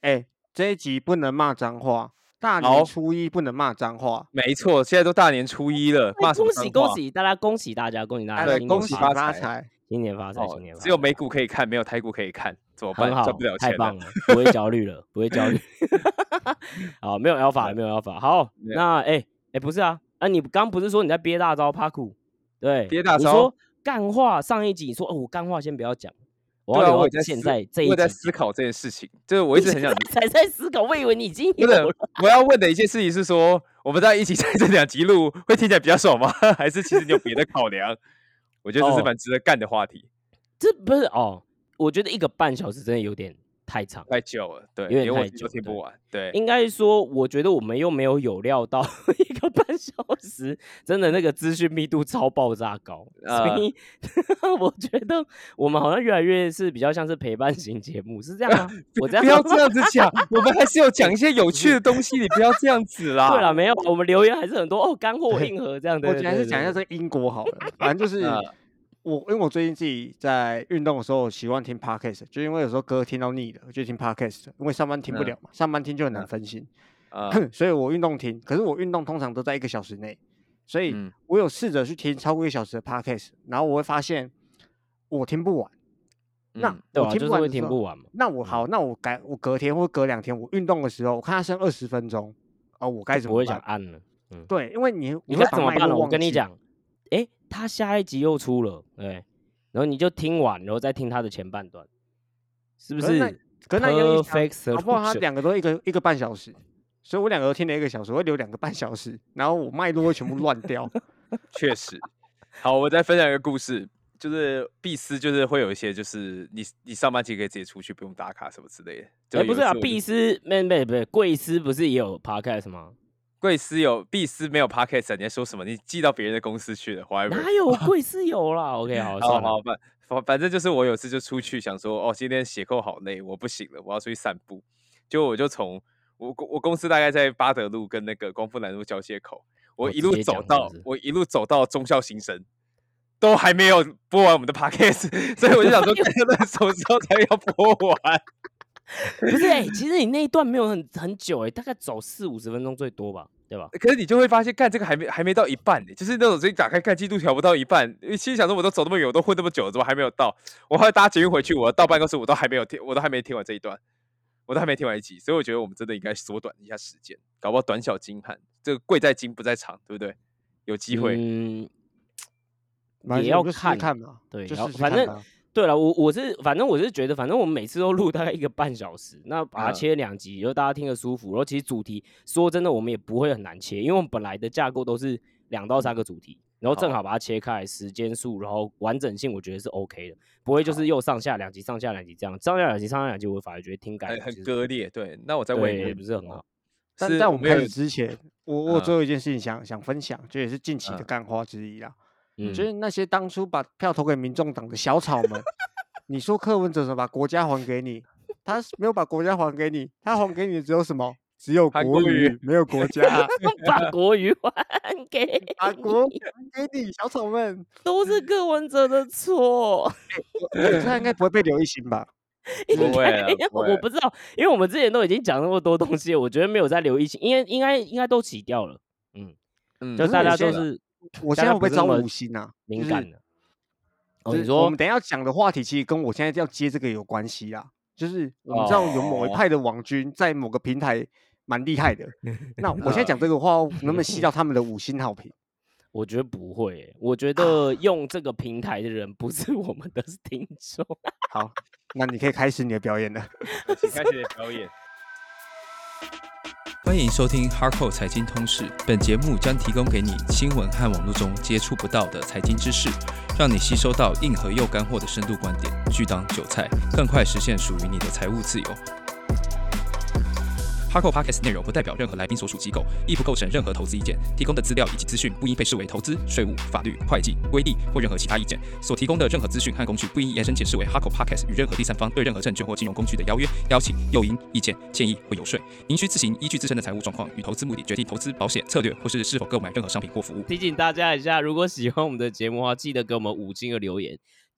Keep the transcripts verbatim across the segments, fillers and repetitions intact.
哎、欸，这一集不能骂脏话，大年初一不能骂脏话。 没错，现在都大年初一了，骂什么脏话？ 恭喜恭喜大家，恭喜大家，恭喜大家， 对，恭喜发财， 新年发财， 哦， 新年发财。 只有美股可以看，没有台股可以看，怎么办？赚不了钱， 太棒了，不会焦虑了，不会焦虑。好，没有 alpha， 没有 alpha。好，那哎哎、欸欸，不是啊，啊，你刚不是说你在憋大招 Paku？ 对， 憋大招。 你说干话，上一集你说哦，我干话先不要讲。 对啊，我在现在这一集我在思考这件事情，就是我一直很想才在思考，我以为你已经有了。 我要问的一件事情是说，我们在一起在这两集录，会听起来比较爽吗？还是其实你有别的考量？我觉得这是蛮值得干的话题。 哦、这不是哦，我觉得一个半小时真的有点太长， 太久了，对， 有点太久， 听不完。对， 应该说，我觉得我们又没有有料到一个半小时，真的那个资讯密度超爆炸高，呃、所以我觉得我们好像越来越是比较像是陪伴型节目，是这样吗？我这样不要这样子讲，我们还是有讲一些有趣的东西，你不要这样子啦。 对啦，没有，我们留言还是很多哦，干货硬核这样的。 我还是讲一下这个因果好了，反正就是。呃我因为我最近自己在运动的时候习惯听 podcast， 就因为有时候歌听到腻了，我就听 podcast， 因为上班听不了嘛，嗯、上班听就很难分心，嗯、所以我运动听。可是我运动通常都在一个小时内，所以我有试着去听超过一小时的 podcast， 然后我会发现我听不完。 嗯、 那我听不完、 就是、会听不完嘛。 那我好，那我改我隔天或隔两天我运动的时候，我看它剩二十分钟，哦，我该怎么办？ 不会想按了。嗯， 对，因为你你会怎么办呢？我跟你讲。哎，他下一集又出了，对，然后你就听完，然后再听他的前半段，是不是？ 可是那有好不好？他两个都一个一个半小时，所以我两个都听了一个小时，我会留两个半小时，然后我脉络会全部乱掉。 确实，好，我再分享一个故事，就是必思就是会有一些，就是你你上班期可以直接出去，不用打卡什么之类的。 哎，不是啊，必思没没不是贵司不是也有 podcast 吗？ 贵司有，必思没有 podcast， 你在说什么？你寄到别人的公司去了， 哪有贵司有啦 ？OK， 好， 好好反反反正就是我有次就出去想说，哦，今天写扣好累，我不行了，我要出去散步。结果我就从我我公司大概在八德路跟那个光复南路交界口，我一路走到是是我一路走到忠孝新生，都还没有播完我们的 podcast， 所以我就想说，那什么时候才要播完？ 不是哎、欸，其实你那一段没有很很久哎、欸，大概走四五十分钟最多吧，对吧？ 可是你就会发现，干这个还没还没到一半、欸，就是那种直接打开看进度条不到一半，因为心里想说我都走那么远，我都混那么久了，怎么还没有到？我后来搭捷运回去，我到办公室我都还没有听，我都还没听完这一段，我都还没听完一集，所以我觉得我们真的应该缩短一下时间，搞不好短小精悍，这个贵在精不在长，对不对？有机会， 嗯，也要看看嘛， 对， 就反正。对了，我我是反正我是觉得，反正我们每次都录大概一个半小时，那把它切两集，然后大家听得舒服。然后其实主题说真的，我们也不会很难切，因为我们本来的架构都是两到三个主题，然后正好把它切开，时间数，然后完整性，我觉得是 OK 的，不会就是又上下两集、上下两集这样，上下两集、上下两集，我反而觉得听感很很割裂。对，那我再问一个， 也不是很好。 但在我们开始之前，我我最后一件事情想想分享，就也是近期的干话之一啦。嗯，就是那些当初把票投给民众党的小草们，你说柯文哲什么把国家还给你，他没有把国家还给你，他还给你的只有什么？只有国语，没有国家。 把国语还给你， 把国语还给你，小草们都是柯文哲的错。 他应该不会被刘一星吧？ 不会， 我不知道，因为我们之前都已经讲那么多东西，我觉得没有在刘一星，因为应该应该都洗掉了。嗯嗯，就大家都是。 我现在会不会招五星啊？ 敏感的。 哦，你说我们等一下讲的话题，其实跟我现在要接这个有关系啦。就是我们知道有某一派的网军在某个平台蛮厉害的，那我现在讲这个话，能不能吸到他们的五星好评？ 我觉得不会、欸，我觉得用这个平台的人不是我们的听众。 好，那你可以开始你的表演了， 请开始你的表演。 欢迎收听 Hardcore 财经通识，本节目将提供给你新闻和网络中接触不到的财经知识，让你吸收到硬核又干货的深度观点，拒挡韭菜，更快实现属于你的财务自由。Hardcore Podcast 内容不代表任何来宾所属机构，亦不构成任何投资意见，提供的资料以及资讯不应被视为投资、税务、法律、会计、规例或任何其他意见。所提供的任何资讯和工具不应延伸解释为 Hardcore Podcast 与任何第三方对任何证券或金融工具的邀约、邀请、诱因、意见、建议或游说。您需自行依据自身的财务状况与投资目的决定投资、保险策略或是是否购买任何商品或服务。 提醒大家一下，如果喜欢我们的节目的话，记得给我们五星的留言。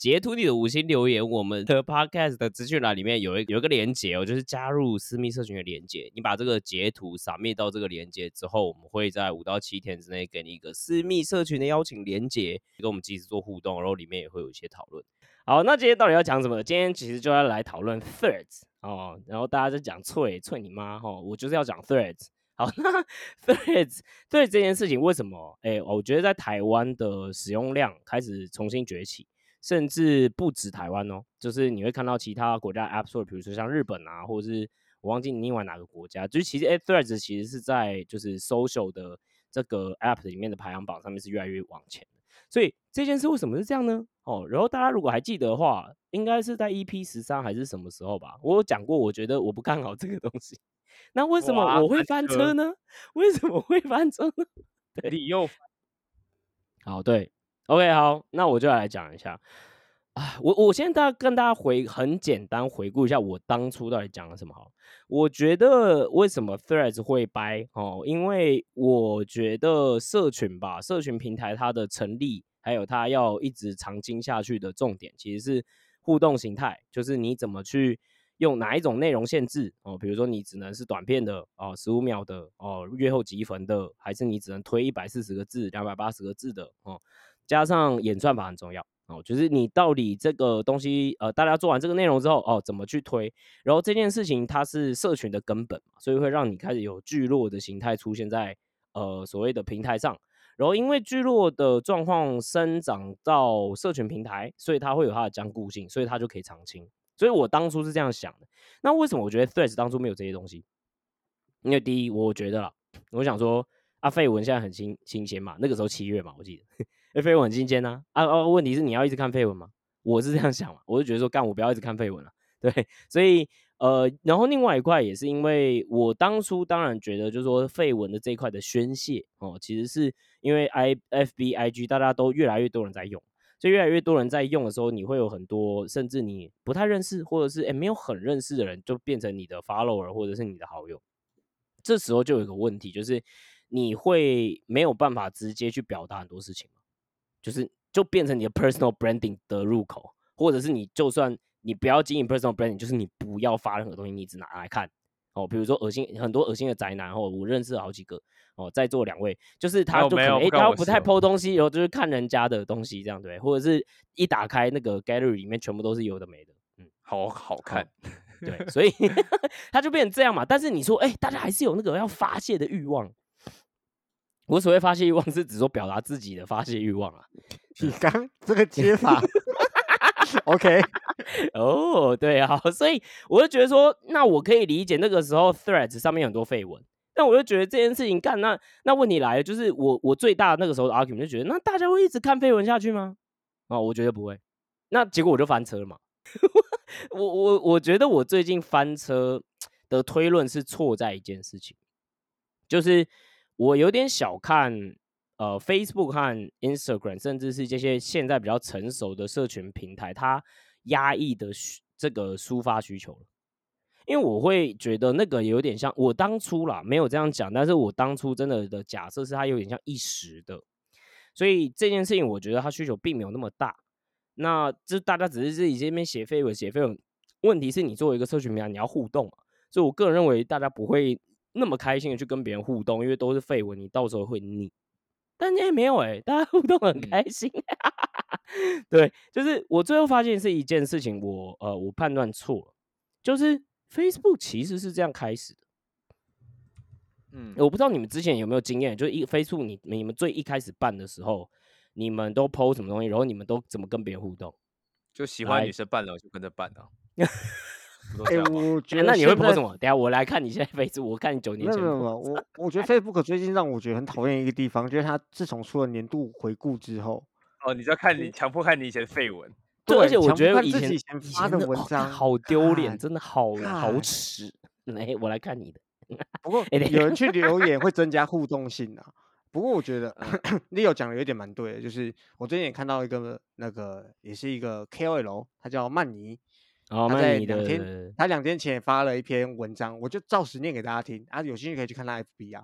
截图你的五星留言，我们的 podcast 的资讯栏里面有一有一个连结哦，就是加入私密社群的连结。你把这个截图submit到这个连结之后，我们会在五到七天之内给你一个私密社群的邀请连结，跟我们即时做互动，然后里面也会有一些讨论。好，那今天到底要讲什么？今天其实就要来讨论 threads 哦，然后大家在讲脆脆你妈哦，我就是要讲 threads。好，那 threads threads 这件事情为什么？哎，我觉得在台湾的使用量开始重新崛起，甚至不止台湾哦，就是你会看到其他国家 App Store， 比如说像日本啊，或者是我忘记你另外哪个国家，就是其实 threads 其实是在就是 social 的这个 App 里面的排行榜上面是越来越往前的。所以这件事为什么是这样呢？哦，然后大家如果还记得的话，应该是在 E P 十三还是什么时候吧？我有讲过，我觉得我不看好这个东西。那为什么我会翻车呢？为什么会翻车呢？对， 你又好，对 ，OK， 好，那我就来讲一下啊，我我先大跟大家回很简单回顾一下我当初到底讲了什么好。我觉得为什么 Threads 会掰哦，因为我觉得社群吧，社群平台它的成立，还有它要一直长青下去的重点，其实是互动形态，就是你怎么去用哪一种内容限制哦，比如说你只能是短片的哦，十五秒的哦，阅后即焚的，还是你只能推一百四十个字、两百八十个字的哦，加上演算法很重要哦，就是你到底这个东西呃，大家做完这个内容之后哦，怎么去推？然后这件事情它是社群的根本嘛，所以会让你开始有聚落的形态出现在呃所谓的平台上。然后因为聚落的状况生长到社群平台，所以它会有它的坚固性，所以它就可以长青。所以我当初是这样想的。那为什么我觉得 Threads 当初没有这些东西？因为第一，我觉得啦，我想说啊，绯闻现在很新新鲜嘛，那个时候七月嘛，我记得，绯闻很新鲜啊啊啊！问题是你要一直看绯闻吗？我是这样想嘛，我就觉得说干，我不要一直看绯闻了，对，所以呃，然后另外一块也是因为我当初当然觉得就是说绯闻的这一块的宣泄哦，其实是因为 I F B I G 大家都越来越多人在用。所以越来越多人在用的时候，你会有很多甚至你不太认识，或者是诶没有很认识的人，就变成你的 follower 或者是你的好友。这时候就有一个问题，就是你会没有办法直接去表达很多事情，就是就变成你的 personal branding 的入口，或者是你就算你不要经营 personal branding， 就是你不要发任何东西，你只拿来看。哦，比如说恶心很多恶心的宅男哦，我认识好几个哦，在座两位，就是他就可能哎，他不太 po 东西，然后就是看人家的东西这样对，或者是一打开那个 gallery 里面全部都是有的没的， 嗯，好好看， 对，所以他就变成这样嘛。但是你说哎，大家还是有那个要发泄的欲望。我所谓发泄欲望是指说表达自己的发泄欲望啊。 你刚这个接法。OK， 哦，对啊，所以我就觉得说，那我可以理解那个时候 Threads 上面很多绯闻，但我就觉得这件事情干那那问题来了，就是我我最大那个时候的 argument 就觉得，那大家会一直看绯闻下去吗？啊、哦，我觉得不会。那结果我就翻车了嘛。我我我觉得我最近翻车的推论是错在一件事情，就是我有点小看。呃 ，Facebook 和 Instagram， 甚至是这些现在比较成熟的社群平台，它压抑的这个抒发需求了。因为我会觉得那个有点像我当初啦，没有这样讲，但是我当初真的的假设是它有点像一时的，所以这件事情我觉得它需求并没有那么大。那就大家只是自己这边写绯闻写绯闻，问题是你作为一个社群平台，你要互动嘛，所以我个人认为大家不会那么开心的去跟别人互动，因为都是绯闻，你到时候会腻。但也没有哎、欸，大家互动很开心。嗯、对，就是我最后发现是一件事情我，我呃我判断错了，就是 Facebook 其实是这样开始的。嗯，我不知道你们之前有没有经验，就是一 Facebook 你你们最一开始办的时候，你们都 po 什么东西，然后你们都怎么跟别人互动？ 就喜欢女生办了，我就跟着办啊。 哎、欸，我觉得那你会 po 什么？等一下我来看你现在 Facebook， 我看你九年前。 没有没有，我我觉得 Facebook 最近让我觉得很讨厌一个地方，就是它自从出了年度回顾之后， 哦，你就要看你强迫看你以前绯闻， 对， 而且我觉得以前以前发的文章、 哦、好丢脸，真的好好耻。来，我来看你的。 不过有人去留言会增加互动性啊。不过我觉得 Leo 讲的有一点蛮对的，就是我最近也看到一个那个也是一个 K O L， 他叫曼尼。 哦， 他在两天，他两天前发了一篇文章，我就照实念给大家听啊。有兴趣可以去看他 F B 啊。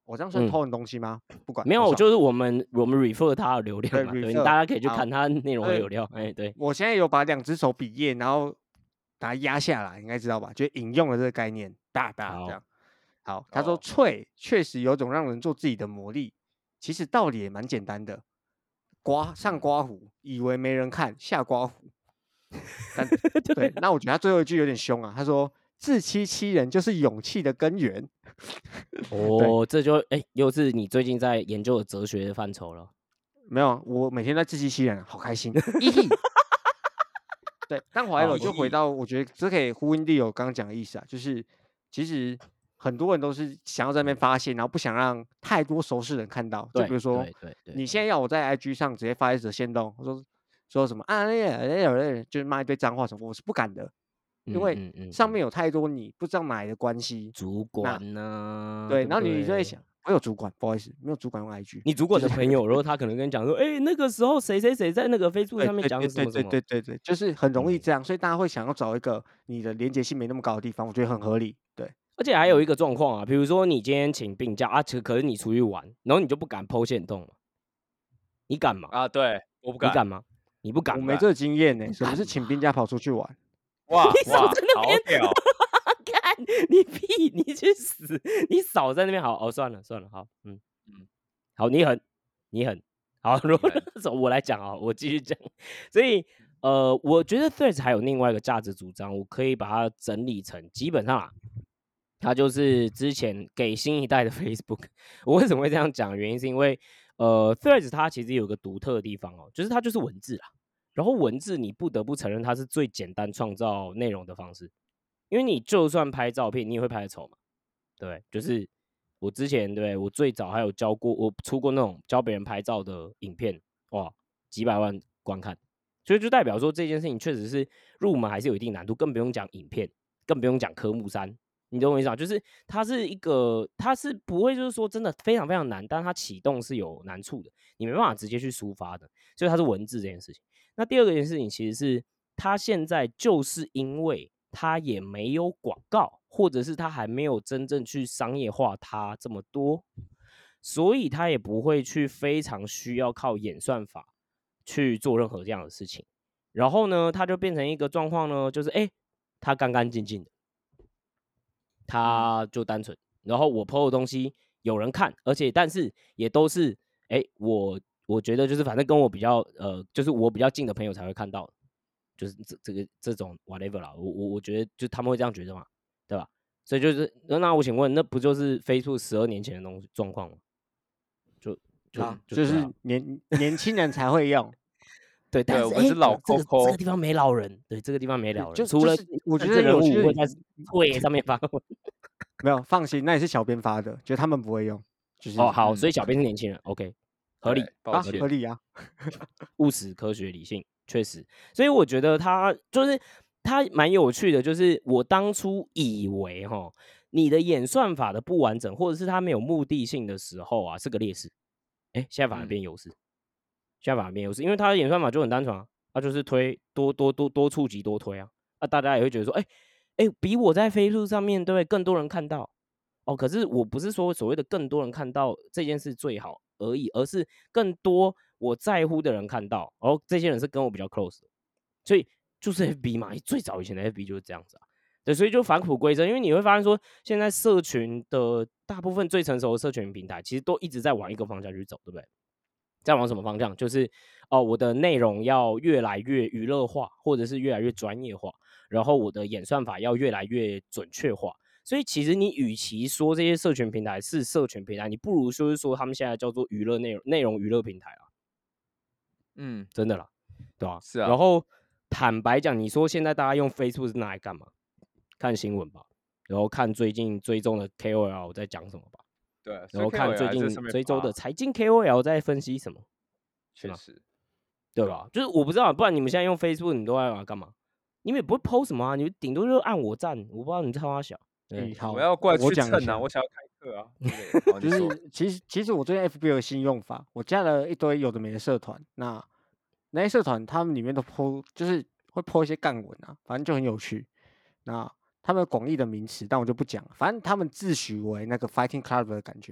我这样算偷人东西吗？不管， 没有， 我爽就是我们我们 refer 他的流量对嘛，对， refer 大家可以去好看他内容的对流量，哎，对， 我现在有把两只手比耶，然后把它压下来，应该知道吧？就引用了这个概念，哒哒好这样。好，他说哦脆确实有种让人做自己的魔力，其实道理也蛮简单的。刮上刮胡，以为没人看，下刮胡。但对，那我觉得他最后一句有点凶啊。他说自欺欺人就是勇气的根源。 哦，这就哎，又是你最近在研究的哲学的范畴了。 没有，我每天在自欺欺人，好开心。咦嘿对，但怀好了就回到，我觉得这可以呼应利友刚刚讲的意思啊，就是其实很多人都是想要在那边发现，然后不想让太多熟识人看到。就对比如说对对对， 你现在要我在 I G 上直接发一则限动，我说说什么啊，那那有人就是骂一堆脏话什么，我是不敢的，因为嗯嗯上面有太多你不知道哪来的关系。 主管呢？ 对， 不然后你就会对想，我有主管，不好意思，没有主管用 I G。 你主管的朋友，然后他可能跟你讲说，哎，那个时候谁谁谁在那个 Facebook 对上面对对对对讲什么什么， 对对对，就是很容易嗯这样，所以大家会想要找一个你的连接性没那么高的地方，我觉得很合理。对， 而且还有一个状况啊，比如说你今天请病假啊，可可是你出去玩，然后你就不敢 po 限动嘛，你敢吗？ 啊，对，我不敢。 你敢吗？你不敢吗？ 我没这个经验呢、什么是敢请病假跑出去玩？ 哇你少哇， 在那边好屌！ 看你屁，你去死！你少在那边好哦，算了算了，好，嗯嗯，好，你狠，你狠，好，如果我来讲啊，我继续讲。所以呃，我觉得 Threads 还有另外一个价值主张，我可以把它整理成基本上啊，它就是之前给新一代的 Facebook。我为什么会这样讲？原因是因为呃 Threads 它其实有个独特的地方哦，就是它就是文字啦。然后文字你不得不承认它是最简单创造内容的方式，因为你就算拍照片，你也会拍得丑嘛，对，就是我之前对我最早还有教过，我出过那种教别人拍照的影片，哇，几百万观看，所以就代表说这件事情确实是入门还是有一定难度，更不用讲影片，更不用讲科目三，你懂我意思啊？就是它是一个，它是不会就是说真的非常非常难，但它启动是有难处的，你没办法直接去抒发的，所以它是文字这件事情。那第二个件事情其实是它现在就是因为它也没有广告，或者是它还没有真正去商业化它这么多，所以它也不会去非常需要靠演算法去做任何这样的事情。然后呢，它就变成一个状况呢，就是哎，它干干净净的，它就单纯。然后我 P O 的东西有人看，而且但是也都是哎我。我觉得就是反正跟我比较呃，就是我比较近的朋友才会看到，就是这这个这种 whatever 啦，我我我觉得就他们会这样觉得嘛，对吧？所以就是那我请问，那不就是 Facebook 十二年前的东西状况吗？就就、 啊， 就就是啊年年轻人才会用。 对，但是对我们是老这个 Coco 这个地方没老人，对，这个地方没老人， 就除了就是我觉政治人得有趣的物会在会上面发文。 没有放心，那也是小编发的，就他们不会用。就是哦，好， 嗯所以小编是年轻人 ，OK， 合理对抱啊， 歉合理啊。 务实、科学、理性，确实。所以我觉得他就是他蛮有趣的，就是我当初以为哈，你的演算法的不完整，或者是它没有目的性的时候啊，是个劣势。哎，现在反而变优势，现在反而变优势，因为它的演算法就很单纯啊，它就是推多多多多触及多推啊，那、啊、大家也会觉得说，哎哎，比我在 Facebook 上面对更多人看到哦。可是我不是说所谓的更多人看到这件事最好而已，而是更多我在乎的人看到，然后这些人是跟我比较 close 的，所以就是 F B 嘛，最早以前的 F B 就是这样子啊。对，所以就返璞归真，因为你会发现说，现在社群的大部分最成熟的社群平台，其实都一直在往一个方向去走，对不对？在往什么方向？就是哦，我的内容要越来越娱乐化，或者是越来越专业化，然后我的演算法要越来越准确化。所以其实你与其说这些社群平台是社群平台，你不如就是说他们现在叫做娱乐内容内容娱乐平台啊。 嗯， 真的啦，对吧、啊？ 是啊。 然后坦白讲，你说现在大家用 Facebook 是拿来干嘛？看新闻吧，然后看最近追踪的 K O L 在讲什么吧， 对， 然后看最近追踪的发财经 K O L 在分析什么， 确实， 对吧？就是我不知道，不然你们现在用 Facebook，你都在干嘛？你们也不会 po 什么啊，你们顶多就是按我赞，我不知道你在花小。 嗯，好， 我要过来去我讲一下蹭啊，我想要开课啊。对就是其实其实我最近 F B 有新用法，我加了一堆有的没的社团，那那些社团他们里面都 po 就是会 po 一些干文啊，反正就很有趣。那他们广义的名词，但我就不讲了，反正他们自诩为那个 Fighting Club 的感觉，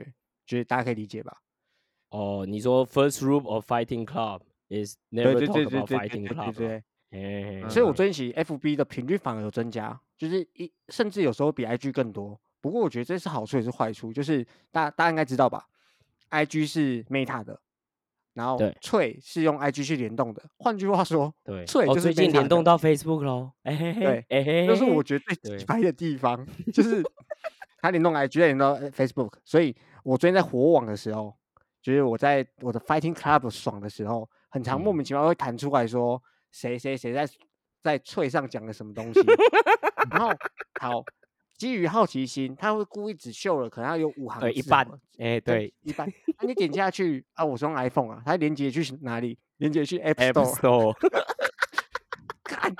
觉得大家可以理解吧？ 哦，你说 first rule of fighting club is 对 never 对 talk 对对 about 对 fighting 对对 club 对。 啊。嘿所以我嗯最近其实 F B 的频率反而有增加，就是一甚至有时候比 I G 更多。不过我觉得这是好处也是坏处，就是大家大家应该知道吧 ，I G 是 Meta 的，然后对脆是用 I G 去联动的。换句话说， 对，哦， 脆就是最近 Meta 的。 联动到 Facebook 咯，哎嘿嘿， 对， 哎嘿这是我嘿， 觉得最对鸡掰的地方，就是它联动 I G 再联动到 Facebook，所以我最近在火网的时候，就是我在我的 Fighting Club 爽的时候，很常莫嗯， 名其妙会弹出来说谁谁谁在在脆上讲了什么东西，然后好基于好奇心，他会故意只秀了可能要有五对，一半， 行字好了， 哎， 跟对一半，那、你点下去啊，我是用 iPhone 啊，它连接去哪里？连接去 App ，App Store， Store， 看，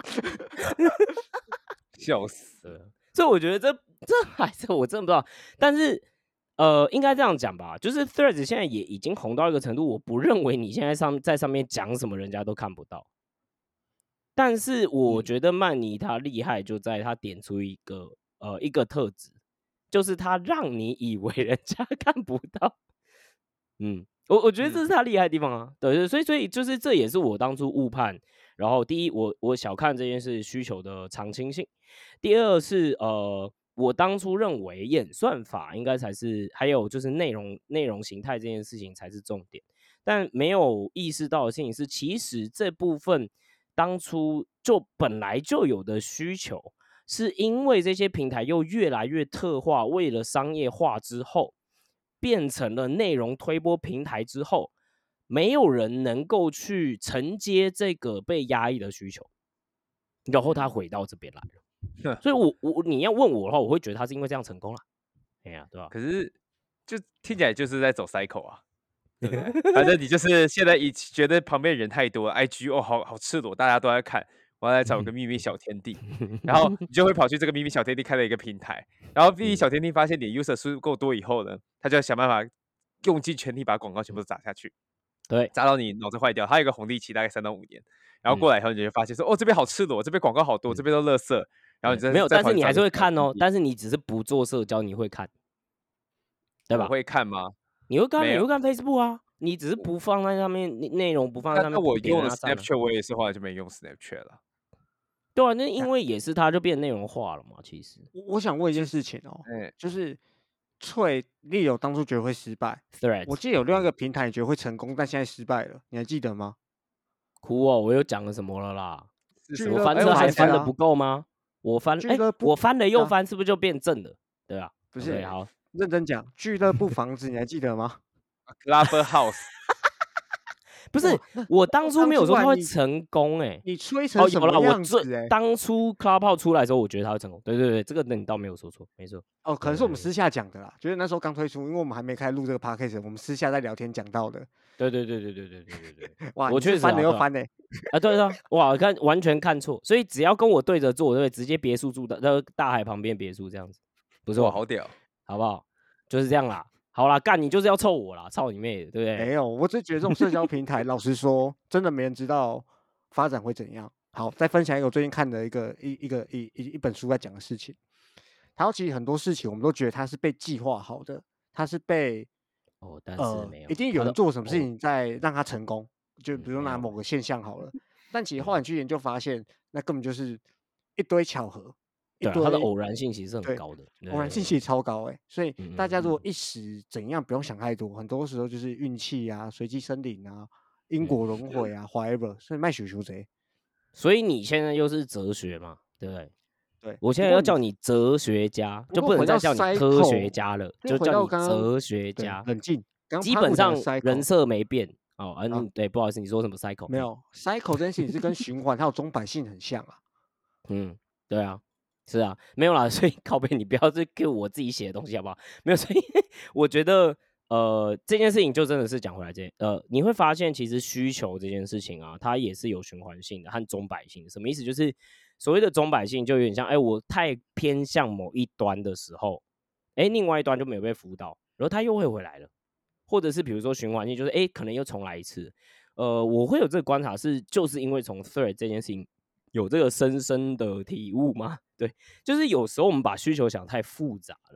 笑死。 对，所以我觉得这这还是我真的不知道，但是呃，应该这样讲吧，就是 Threads 现在也已经红到一个程度，我不认为你现在上在上面讲什么人家都看不到。但是我嗯觉得曼尼他厉害就在他点出一个呃一个特质，就是他让你以为人家看不到。嗯，我我觉得这是他厉害的地方啊。对对，所以所以就是这也是我当初误判。然后第一，我我小看这件事需求的长青性；第二是呃，我当初认为演算法应该才是，还有就是内容内容形态这件事情才是重点。但没有意识到的事情是，其实这部分当初就本来就有的需求，是因为这些平台又越来越特化，为了商业化之后，变成了内容推播平台之后，没有人能够去承接这个被压抑的需求，然后他回到这边来了。所以我我你要问我的话，我会觉得他是因为这样成功了。哎呀，对吧？ 可是就听起来就是在走 cycle 啊，对不对？反正你就是现在一觉得旁边人太多 ，I G 哦好好赤裸，大家都在看，我要来找个秘密小天地，然后你就会跑去这个秘密小天地开了一个平台，然后秘密小天地发现你 user 数够多以后呢，他就要想办法用尽全力把广告全部都砸下去， 对， 砸到你脑子坏掉。它有一个红利期大概三到五年，然后过来以后你就会发现说，哦这边好赤裸，这边广告好多，这边都垃圾，然后你再没有， 再但是你还是跑去找一个会看哦， 小天地但是你只是不做社交，你会看，对吧我？会看吗？ 你会看， 没有你会看 Facebook 啊，你只是不放在上面，内内容不放在那那上面，不点我用了让它赞啊。 Snapchat，我也是后来就没用 Snapchat 了。 对啊，那因为也是它就变内容化了嘛，其实。 我我想问一件事情哦， 哎， 就是脆利友当初觉得会失败，我 Threads 记得有另外一个平台你觉得会成功，但现在失败了，你还记得吗？ 哭哦，我又讲了什么了啦？ 俱是什么？ 我翻乐部车还哎我想起来翻的啊不够吗？我翻，哎、 俱乐部我翻了又啊翻，是不是就变正的？对啊， 不是 OK，好， 认真讲，俱乐部房子你还记得吗？ Clubhouse， 不是哇那我当初没有说它会你成功、哎， 你吹哦， 成什有了，我么样子、 最欸？ 当初 Clubhouse 出来的时候，我觉得它会成功。对对对，这个你倒没有说错，没错。 哦，可能是我们对私下讲的啦，就是那时候刚推出，因为我们还没开录这个 podcast，我们私下在聊天讲到的。 对对对对对对对对对。 哇， 我确实你是翻啊对啊了又翻呢、 啊，对啊，哇，看完全看错，所以只要跟我对着做，对不对？直接别墅住的，那个大海旁边别墅这样子，不哇， 错， 好屌！ 好不好？就是这样啦。好啦，干你就是要凑我啦，操你妹的，对不对？ 没有，我只是觉得这种社交平台，老实说，真的没人知道发展会怎样。好，再分享一个我最近看的一个一一个一一一本书在讲的事情。它其实很多事情我们都觉得它是被计划好的，它是被哦，但是呃没有， 一定有人他的哦做什么事情在让它成功。就嗯比如拿没有某个现象好了，但其实嗯后来你去研究发现，那根本就是一堆巧合，一对啊， 堆它的偶然性其实是很对高的，对偶然性其实超高哎、所以嗯大家如果嗯一时怎样不用想太多，很多时候就是运气啊、随机生灵啊、因嗯果轮回啊，whatever，所以卖熊熊贼。 所以你现在又是哲学嘛，对不对？ 对， 我现在不过你要叫你哲学家，就不能不过回到再叫你科学 cycle， 家了， 因为回就叫你到刚刚哲学对家。 冷静，刚刚基帕布讲的本上人 cycle 设没变哦，嗯、 啊对，不好意思，你说什么 cycle？ 没有 cycle 这件事情是跟循环还有钟摆性很像啊。 嗯，对啊，是啊，没有啦，所以靠背你不要再给我自己写的东西好不好？没有，所以我觉得呃这件事情就真的是讲回来这呃你会发现其实需求这件事情啊，它也是有循环性的和钟摆性的。什么意思？就是所谓的钟摆性就有点像，哎，我太偏向某一端的时候，哎，另外一端就没有被辅导，然后它又会回来了。或者是比如说循环性，就是哎可能又重来一次。呃，我会有这个观察是，就是因为从 Thread 这件事情有这个深深的体悟吗？对，就是有时候我们把需求想太复杂了，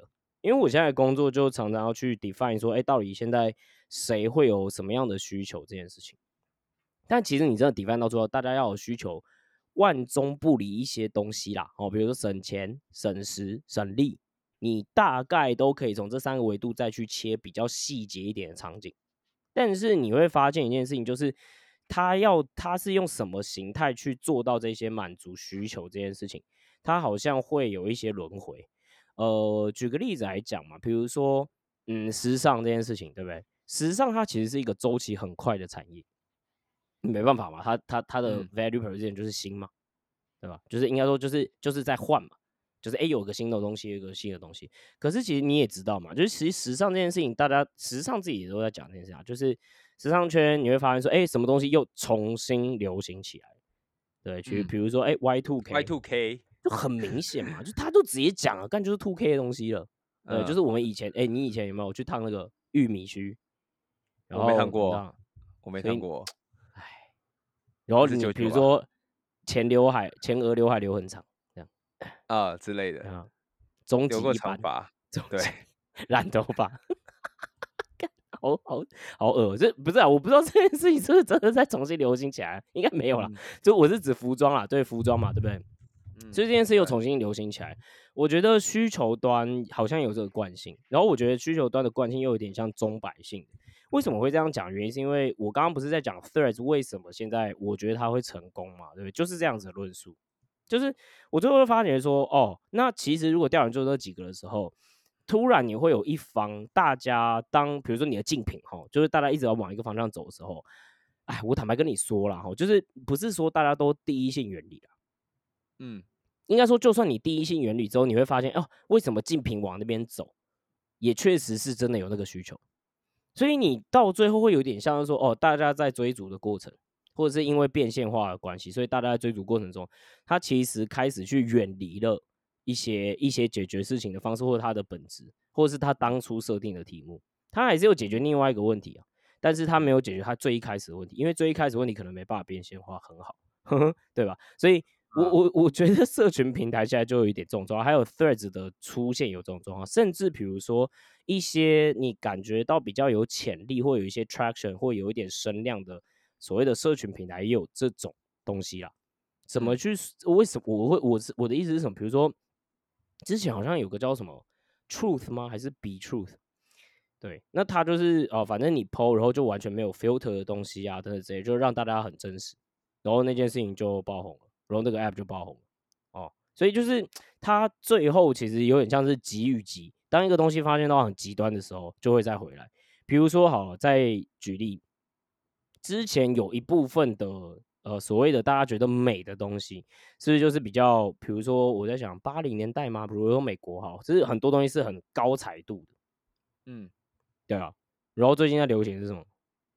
因为我现在的工作就常常要去 define 说，哎，到底现在谁会有什么样的需求这件事情。但其实你真的 define 到最后，大家要有需求，万中不离一些东西啦，哦，比如说省钱、省时、省力，你大概都可以从这三个维度再去切比较细节一点的场景。但是你会发现一件事情，就是他要他是用什么形态去做到这些满足需求这件事情，他好像会有一些轮回。呃，举个例子来讲嘛，比如说，嗯，时尚这件事情，对不对？时尚它其实是一个周期很快的产业。没办法嘛，它它它的 value percent 就是新嘛，对吧？就是应该说就是就是在换嘛，就是哎有个新的东西，有个新的东西。可是其实你也知道嘛，就是其实时尚这件事情，大家时尚自己也都在讲这件事情，就是时尚圈你会发现说，哎，什么东西又重新流行起来，对，去比如说哎 Y two K，Y two K 就很明显嘛，就他都直接讲了，干就是 two K 的东西了，对，就是我们以前哎，你以前有没有去烫那个玉米须？ 我没烫过，我没烫过。 然后你比如说前刘海、前额刘海留很长，这样啊之类的， 啊，终极一般，对， 染头发，好好好恶，这不是啊？我不知道这件事情是不是真的在重新流行起来，应该没有啦。嗯、就我是指服装啦，对服装嘛，对不对？嗯、所以这件事又重新流行起来。我觉得需求端好像有这个惯性，然后我觉得需求端的惯性又有点像中百姓。为什么会这样讲？原因是因为我刚刚不是在讲 Threads 为什么现在我觉得它会成功嘛，对不对？就是这样子的论述。就是我最后会发觉说，哦，那其实如果调研就那几个的时候，突然你会有一方大家当比如说你的竞品哈，就是大家一直要往一个方向走的时候，哎，我坦白跟你说啦哈，就是不是说大家都第一性原理啊，嗯，应该说就算你第一性原理之后，你会发现哦，为什么竞品往那边走，也确实是真的有那个需求。所以你到最后会有点像是说，哦，大家在追逐的过程，或者是因为变现化的关系，所以大家在追逐过程中，他其实开始去远离了一些一些解决事情的方式，或者他的本质，或者是他当初设定的题目，他还是有解决另外一个问题啊，但是他没有解决他最一开始的问题，因为最一开始的问题可能没办法变现化很好，呵呵，对吧？所以我我我觉得社群平台现在就有一点这种状况，还有 Threads 的出现有这种状况，甚至比如说一些你感觉到比较有潜力，或有一些 traction， 或有一点声量的所谓的社群平台也有这种东西啦。怎么去？为什么我会我我的意思是什么？比如说之前好像有个叫什么 Truth 吗？还是 Be Truth？ 对，那它就是哦，反正你 po 然后就完全没有 filter 的东西啊，等等之类，就让大家很真实，然后那件事情就爆红了。然后那个 app 就爆红了，哦，所以就是它最后其实有点像是极与极，当一个东西发现到很极端的时候，就会再回来。比如说，好了，再举例，之前有一部分的呃所谓的大家觉得美的东西，是不是就是比较，比如说我在想八零年代嘛，比如说美国哈，就是很多东西是很高彩度的，嗯，对啊。然后最近在流行是什么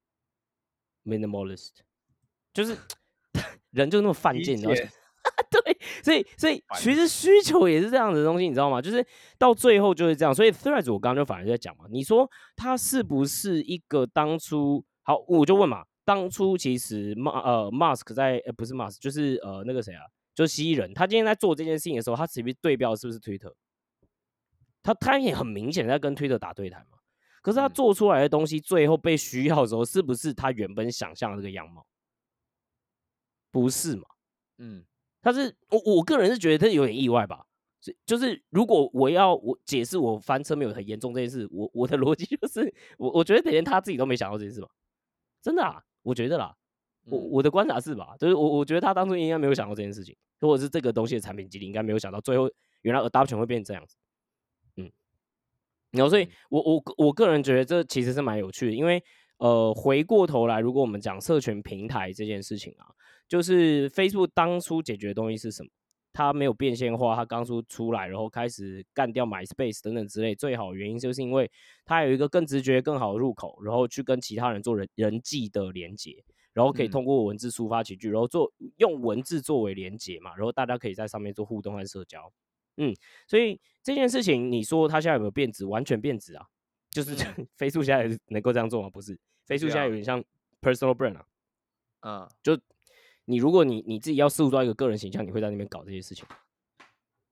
？minimalist， 就是人就那么犯贱，你知道吗？对，所以所以其实需求也是这样子的东西，你知道吗？就是到最后就是这样。所以 Threads 我刚刚就反而在讲嘛，你说它是不是一个当初好，我就问嘛，当初其实呃 Musk 在呃不是 Musk 就是呃那个谁啊，就是蜥蜴人，他今天在做这件事情的时候，他其实对标是不是 Twitter？ 他他也很明显在跟 Twitter 打对台嘛。可是他做出来的东西，最后被需要的时候，是不是他原本想象的这个样貌？不是嘛？嗯。但是我我个人是觉得他有点意外吧，就是如果我要我解释我翻车没有很严重这件事，我我的逻辑就是我我觉得连他自己都没想到这件事吧，真的啊，我觉得啦，我我的观察是吧，就是我我觉得他当初应该没有想到这件事情，或者是这个东西的产品经理应该没有想到最后原来 adoption 会变成这样子，嗯，然后所以我我我个人觉得这其实是蛮有趣的，因为呃回过头来，如果我们讲社群平台这件事情啊。就是 Facebook 当初解决的东西是什么？它没有变现化，它刚出出来，然后开始干掉 MySpace 等等之类。最好的原因就是因为它有一个更直觉、更好的入口，然后去跟其他人做人人际的连接，然后可以通过文字抒发情绪，然后做用文字作为连接嘛，然后大家可以在上面做互动和社交。嗯，所以这件事情，你说它现在有没有变质？完全变质啊！就是 Facebook 现在能够这样做吗？不是 ，Facebook 现在有点像 personal brand 啊，嗯，就。你如果你你自己要塑造一个个人形象，你会在那边搞这些事情，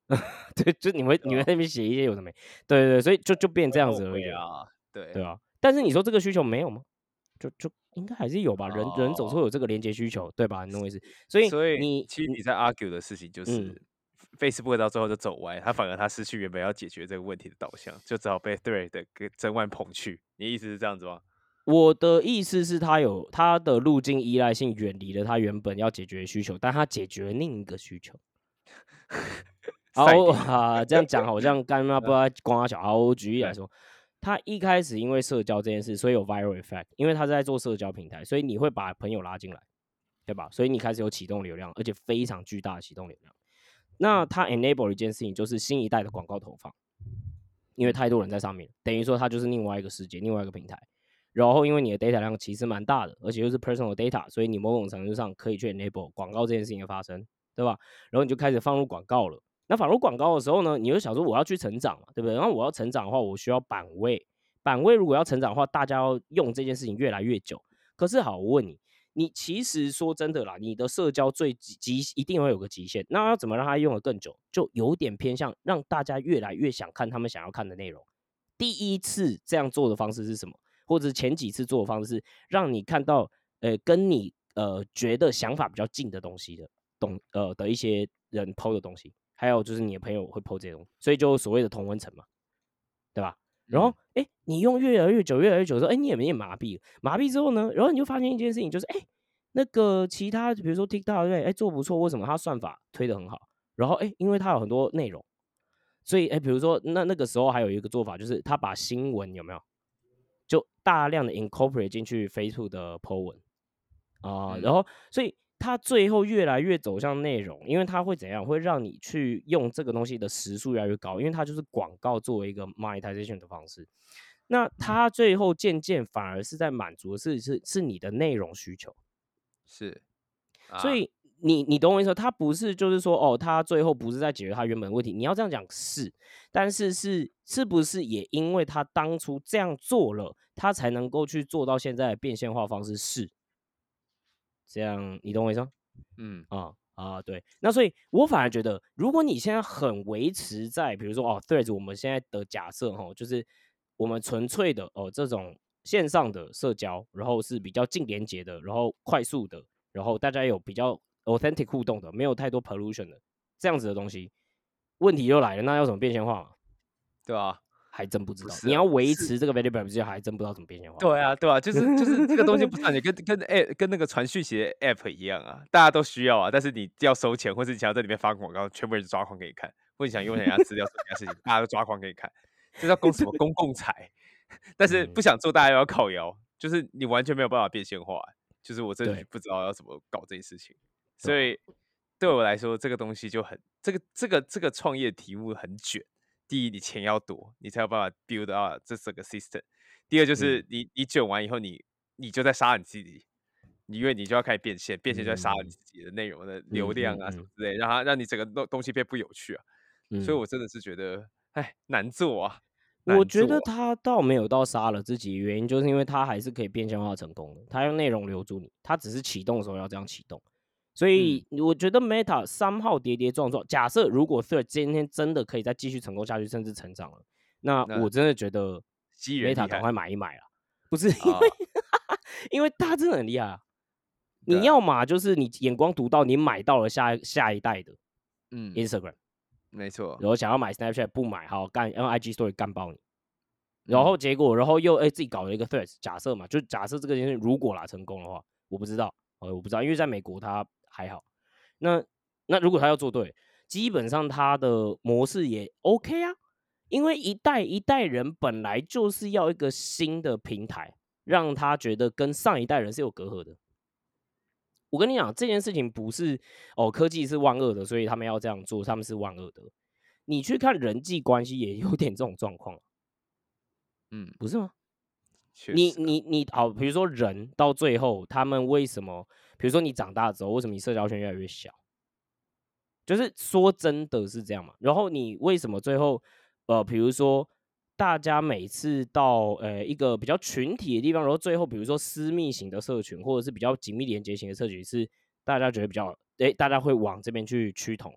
对，就你会你会在那边写一些有的没，对对对，所以就就变这样子而已啊，对对啊。但是你说这个需求没有吗？就就应该还是有吧，人人总是会哦， 有这个连接需求，对吧？你懂我意思？所以所以你其实你在 argue 的事情就嗯是 Facebook 到最后就走歪，他反而他失去原本要解决这个问题的导向，就只好被 Thread 的给整晚捧去。你的意思是这样子吗？ 我的意思是，他有他的路径依赖性远离了他原本要解决的需求，但他解决了另一个需求。好赛点啊，这样讲好像干嘛不知道光他小。好，我举例来对说，他一开始因为社交这件事，所以有 viral effect，因为他是在做社交平台，所以你会把朋友拉进来，对吧？所以你开始有启动流量，而且非常巨大的启动流量。那他 enable 一件事情，就是新一代的广告投放，因为太多人在上面，等于说它就是另外一个世界，另外一个平台。然后因为你的 data 量其实蛮大的，而且又是 personal data，所以你某种程度上可以去 enable 广告这件事情的发生，对吧？然后你就开始放入广告了。那放入广告的时候呢，你就想说我要去成长嘛，对不对？然后我要成长的话，我需要版位，版位如果要成长的话，大家要用这件事情越来越久。可是好，我问你，你其实说真的啦，你的社交最极一定会有个极限，那要怎么让它用得更久？就有点偏向让大家越来越想看他们想要看的内容。第一次这样做的方式是什么？或者前几次做的方式是让你看到，呃，跟你呃觉得想法比较近的东西的东呃的一些人 po 的东西，还有就是你的朋友会 po 这些东西，所以就所谓的同温层嘛，对吧？然后，哎、欸，你用越来越久，越来越久的时候，哎、欸，你也没麻痹了，麻痹之后呢，然后你就发现一件事情，就是，哎、欸，那个其他比如说 TikTok 对，哎、欸，做不错，为什么它算法推得很好？然后，哎、欸，因为它有很多内容，所以，哎、欸，比如说那那个时候还有一个做法，就是他把新闻有没有？就大量的 incorporate 进去 Facebook 的 po 文啊、呃嗯，然后所以它最后越来越走向内容，因为它会怎样？会让你去用这个东西的时速越来越高，因为它就是广告作为一个 monetization 的方式。那它最后渐渐反而是在满足的是是是你的内容需求， 是，啊、 所以你你懂我意思？他不是就是说哦，他最后不是在解决他原本的问题。你要这样讲是，但是是是不是也因为他当初这样做了，他才能够去做到现在的变现化方式是这样？你懂我意思吗？嗯啊啊对。那所以我反而觉得，如果你现在很维持在比如说哦 Threads， 我们现在的假设哈，就是我们纯粹的哦这种线上的社交，然后是比较近连结的，然后快速的，然后大家有比较authentic 互动的，没有太多 pollution 的这样子的东西，问题又来了，那要怎么变现化嘛？ 对啊， 还真不知道。 啊、 你要维持这个 value proposition，还真不知道怎么变现化。 对啊，对啊，就是就是这个东西不是你跟跟 app 跟那个传讯息的 app 一样啊，大家都需要啊，但是你要收钱，或是你想要在里面发广告，全部人抓狂给你看，或者你想用人家资料做其他事情，大家都抓狂给你看，这叫公什么公共财？但是不想做，大家又要靠腰，就是你完全没有办法变现化。就是我真的不知道要怎么搞这件事情，所以对我来说，这个东西就很这个这个这个创业题目很卷。第一，你钱要多，你才有办法 build out 这整个 system。第二，就是你、嗯、你卷完以后，你你就在杀你自己，你因为你就要开始变现，变现就在杀你自己的内容的流量啊什么之类，让它让你整个东东西变不有趣啊。嗯、所以我真的是觉得，哎，难做啊。 我觉得他倒没有到杀了自己，原因就是因为他还是可以变现化成功的，他用内容留住你，他只是启动的时候要这样启动，所以我觉得 Meta 三号跌跌撞撞，假设如果 Threads 今天真的可以再继续成功下去，甚至成长了，那我真的觉得 Meta 赶快买一买啊，不是因为、哦、因为他真的很厉害啊，你要嘛就是你眼光独到，你买到了下下一代的嗯 Instagram。 没错， 然后想要买 Snapchat 不买，好干用 I G Story 干爆你，然后结果，然后又哎、欸、自己搞了一个 Threads， 假设嘛，就假设这个件事如果啦成功的话，我不知道，呃我不知道，因为在美国他还好，那那如果他要做对，基本上他的模式也 OK 啊，因为一代一代人本来就是要一个新的平台，让他觉得跟上一代人是有隔阂的。我跟你讲，这件事情不是哦，科技是万恶的，所以他们要这样做，他们是万恶的。你去看人际关系，也有点这种状况，嗯，不是吗？你你你好，比如说人到最后，他们为什么？比如说你长大之后，为什么你社交圈越来越小？就是说真的是这样嘛。然后你为什么最后，呃，比如说大家每次到呃一个比较群体的地方，然后最后比如说私密型的社群，或者是比较紧密连接型的社群，是大家觉得比较，哎，大家会往这边去趋同。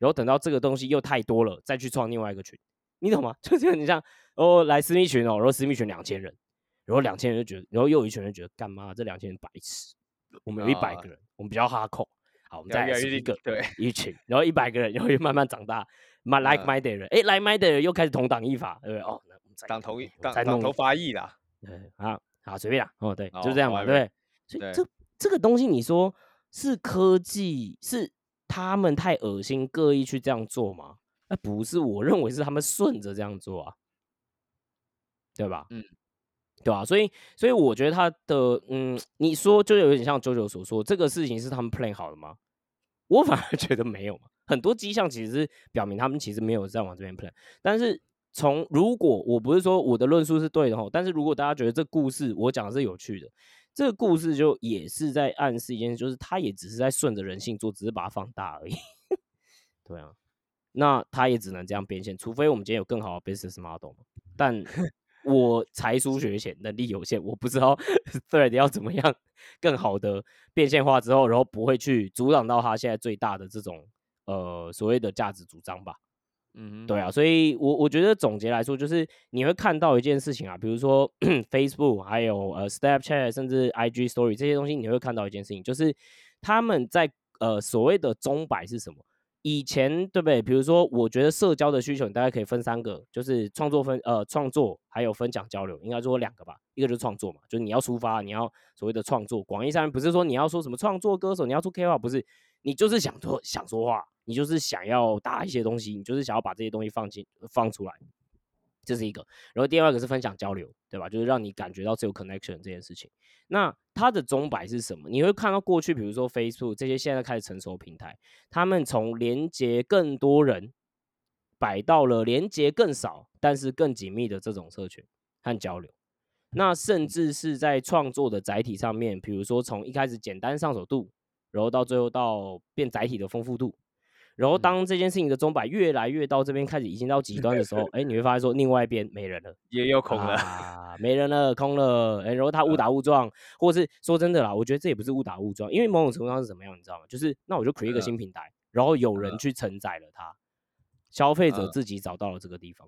然后等到这个东西又太多了，再去创另外一个群，你懂吗？就是很像哦，来私密群哦，然后私密群两千人，然后两千人就觉得，然后又有一群人觉得干嘛这两千人白痴，我们有一百个人，我们比较哈扣，好，我们再来一个对一群，然后一百个人，然后又慢慢长大，慢 like minded 人，哎，like minded 人又开始同党一法，对不对？哦，那我们再党头党党头发意啦， 对，好好随便啦，哦，对， 哦就是这样嘛，对不对？所以这这个东西，你说是科技，是他们太恶心，刻意去这样做吗？那不是，我认为是他们顺着这样做啊，对吧？嗯，对吧、啊？所以，所以我觉得他的，嗯，你说就有点像九九所说，这个事情是他们 plan 好的吗？我反而觉得没有嘛，很多迹象其实是表明他们其实没有在往这边 plan。但是从如果我不是说我的论述是对的吼，但是如果大家觉得这故事我讲的是有趣的，这个故事就也是在暗示一件事，就是他也只是在顺着人性做，只是把它放大而已。对啊，那他也只能这样变现，除非我们今天有更好的 business model 嘛。但我才疏学浅，能力有限，我不知道 Thread 要怎么样更好的变现化之后，然后不会去阻挡到他现在最大的这种呃所谓的价值主张吧。嗯，对啊，所以我我觉得总结来说，就是你会看到一件事情啊，比如说 Facebook 还有呃 Snapchat 甚至 I G Story 这些东西，你会看到一件事情，就是他们在呃所谓的钟摆是什么？以前对不对？比如说，我觉得社交的需求，你大概可以分三个，就是创作分呃创作，还有分享交流，应该说两个吧。一个就是创作嘛，就是你要抒发，你要所谓的创作。广义上面不是说你要说什么创作歌手，你要出 K 话，不是，你就是想说想说话，你就是想要打一些东西，你就是想要把这些东西放进放出来，这是一个。然后第二个是分享交流，对吧？就是让你感觉到是有 connection 这件事情。那它的钟摆是什么？你会看到过去，比如说 Facebook 这些现在开始成熟平台，他们从连接更多人摆到了连接更少但是更紧密的这种社群和交流。那甚至是在创作的载体上面，比如说从一开始简单上手度，然后到最后到变载体的丰富度。然后当这件事情的钟摆越来越到这边开始已经到极端的时候，哎，你会发现说另外一边没人了， 也有空了， 啊，没人了，空了，哎，然后他误打误撞，或是说真的啦，我觉得这也不是误打误撞，因为某种程度上是怎么样，你知道吗？就是那我就 create 一个新平台，然后有人去承载了它，消费者自己找到了这个地方。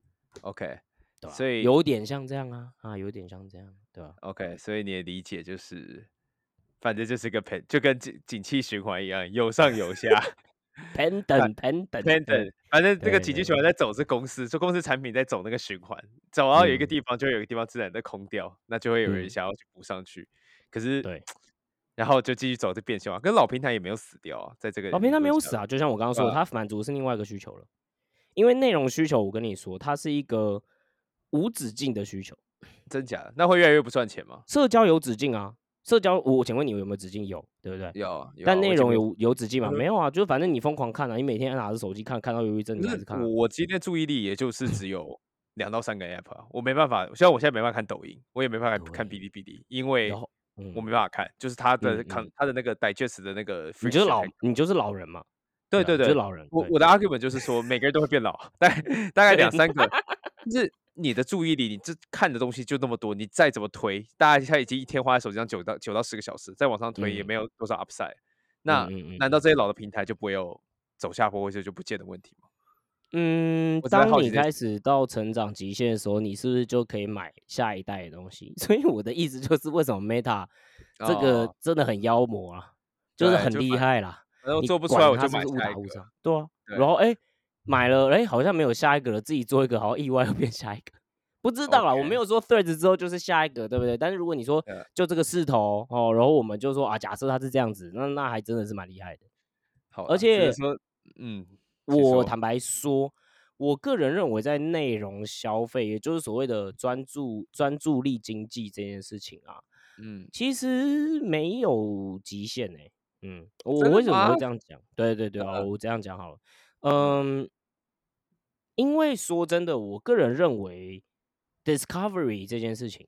OK， 对吧？ 所以有点像这样啊，啊，有点像这样，对吧 ？OK， 所以你的理解就是，反正就是个 pen，就跟景景气循环一样，有上有下。 pendant pendant pendant，反正这个景气循环在走是公司，就公司产品在走那个循环，走到有一个地方就会有一个地方自然在空掉，那就会有人想要去补上去。可是， 对， 然后就继续走这变现化，跟老平台也没有死掉啊，在这个老平台没有死啊，就像我刚刚说的，它满足的是另外一个需求了。因为内容需求，我跟你说，它是一个无止境的需求。 真假的？那会越来越不赚钱吗？ 社交有止境啊，社交我请问你有没有止境？有，对不对？ 有，有但内容有有止境吗？没有啊，就反正你疯狂看啊，你每天拿着手机看，看到忧郁症你还是看、啊。 我我今天注意力也就是只有两到三个 app 啊，我没办法，虽然我现在没办法看抖音，我也没办法看哔哩哔哩，因为我没办法看，就是它的看它的那个 digest 的那个， 你就是老你就是老人嘛。 对对对， 就是老人。 我我的 argument 就是说，每个人都会变老，大概大概两三个，就是你的注意力，你这看的东西就那么多，你再怎么推，大家他已经一天花在手机上九到九到十个小时，再往上推也没有多少 upside。那难道这些老的平台就不会有走下坡或者就不见的问题吗？ 嗯，当你开始到成长极限的时候，你是不是就可以买下一代的东西？所以我的意思就是，为什么 Meta 这个真的很妖魔啊，就是很厉害啦。 然后做不出来我就买下一个，对啊，然后哎买了哎好像没有下一个了，自己做一个好像意外又变下一个，不知道啦，我没有说 Threads 之后就是下一个，对不对？但是如果你说就这个势头哦，然后我们就说啊，假设它是这样子，那那还真的是蛮厉害的。 好， 而且说嗯， 我坦白说，我个人认为在内容消费，也就是所谓的专注专注力经济这件事情啊，嗯，其实没有极限哎、欸。嗯，我为什么会这样讲？对对对啊，我这样讲好了。嗯，因为说真的，我个人认为 discovery 这件事情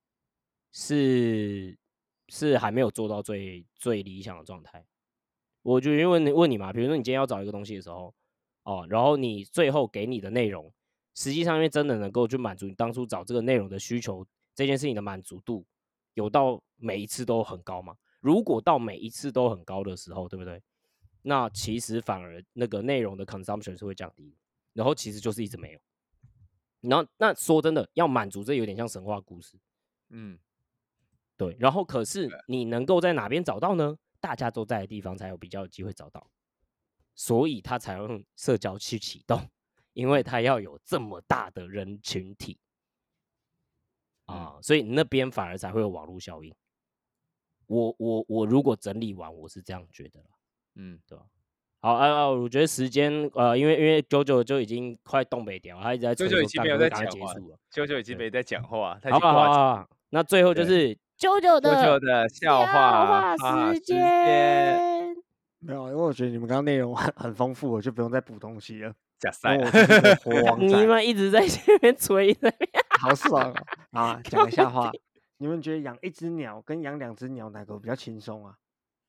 是是还没有做到最最理想的状态。我就因为问你问你嘛，比如说你今天要找一个东西的时候，哦，然后你最后给你的内容，实际上面真的能够去满足你当初找这个内容的需求，这件事情的满足度有到每一次都很高吗？如果到每一次都很高的时候，对不对？ 那其实反而那个内容的 consumption 是会降低的，然后其实就是一直没有。然后那说真的，要满足这有点像神话故事， 嗯， 对。然后可是你能够在哪边找到呢？大家都在的地方才有比较有机会找到，所以他才用社交去启动，因为他要有这么大的人群体啊、 嗯， 所以那边反而才会有网络效应。我我我如果整理完，我是这样觉得啦， 嗯， 对吧？好啊啊，我觉得时间呃，因为因为九九就已经快东北调，他一直在九催说九已经没有干可不可以赶快在讲话， 结束了。 九九已经对没在讲话，他已好吧，好经挂机。 吧好吧，那最后就对是九九九的九的笑话话哈哈时时间， 间。 没有，因为我觉得你们刚刚内容很很丰富，我就不用再补东西了。 假赛因为我就是一个活王你仔， 们一直在前面吹， 好爽哦！啊，讲个笑话，你们觉得养一只鸟跟养两只鸟哪个比较轻松啊？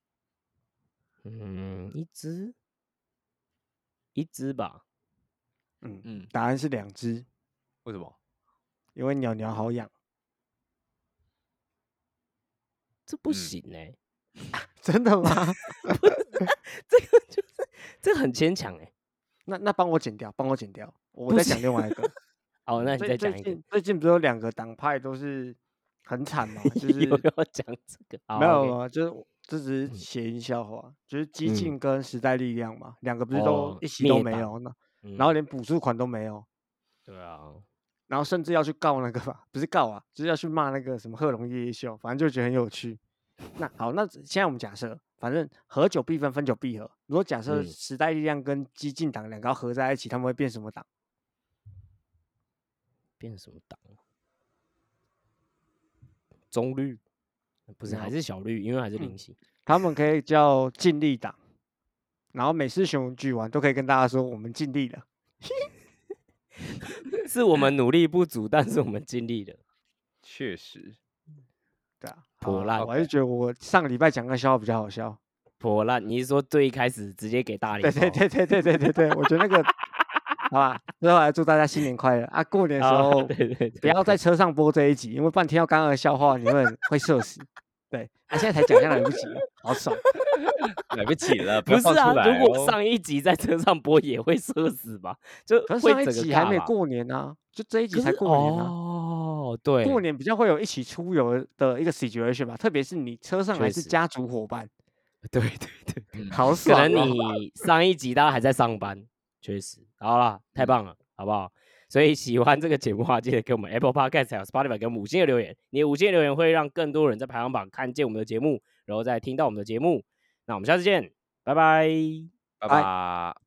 嗯，一只一只吧。 嗯， 嗯， 答案是两只， 为什么？ 因为鸟鸟好养。 这不嗯行哎、 真的吗？ 这个就是这个很牵强哎。 那那帮我剪掉，帮我剪掉，我不是再讲另外一个。 好，那你最最再讲一个。 近最近不是有两个党派都是很惨嘛？就有是要讲这个？好没有 OK 啊，就是这只是嗯谐音笑话，就是激嗯进跟时代力量嘛，两个不是都哦一起都灭党没有呢， 嗯然后连补助款都没有， 对啊， 然后甚至要去告那个吧，不是告啊，就是要去骂那个什么贺龙夜夜秀，反正就觉得很有趣。那好，那现在我们假设，反正合久必分，分久必合。如果假设嗯时代力量跟激进党两个要合在一起，他们会变什么党？ 变什么党？中绿不是没有还是小绿，因为还是嗯零息。 他们可以叫尽力党，然后每次选举完都可以跟大家说我们尽力了。 是我们努力不足，但是我们尽力了。 确实， 对啊，好啊破烂我还是觉得我上个礼拜讲个笑话比较好笑。 破烂，你是说最一开始直接给大礼对对对对对对对对，我觉得那个好吧。最后来祝大家新年快乐啊！过年的时啊候对对对， 不要在车上播这一集，因为不然听到刚刚的笑话，你们会社死。对，啊，现在才讲，这样来不及了，好爽。 来不及了， 不是啊， 要放出来如果哦上一集在车上播也会社死吧？就可是上一会整个集还没尬吧过年啊，就这一集可是才过年啊。 哦，对， 过年比较会有一起出游的一个 situation 吧，特别是你车上还确实是家族伙伴， 对对对， 嗯可好爽、 能哦。 你上一集大家还在上班，确实，好啦，太棒了，好不好？所以喜欢这个节目的话，记得给我们 Apple Podcast 还有 Spotify 给我们五星的留言。你的五星的留言会让更多人在排行榜看见我们的节目，然后再听到我们的节目。那我们下次见，拜拜。 拜拜拜。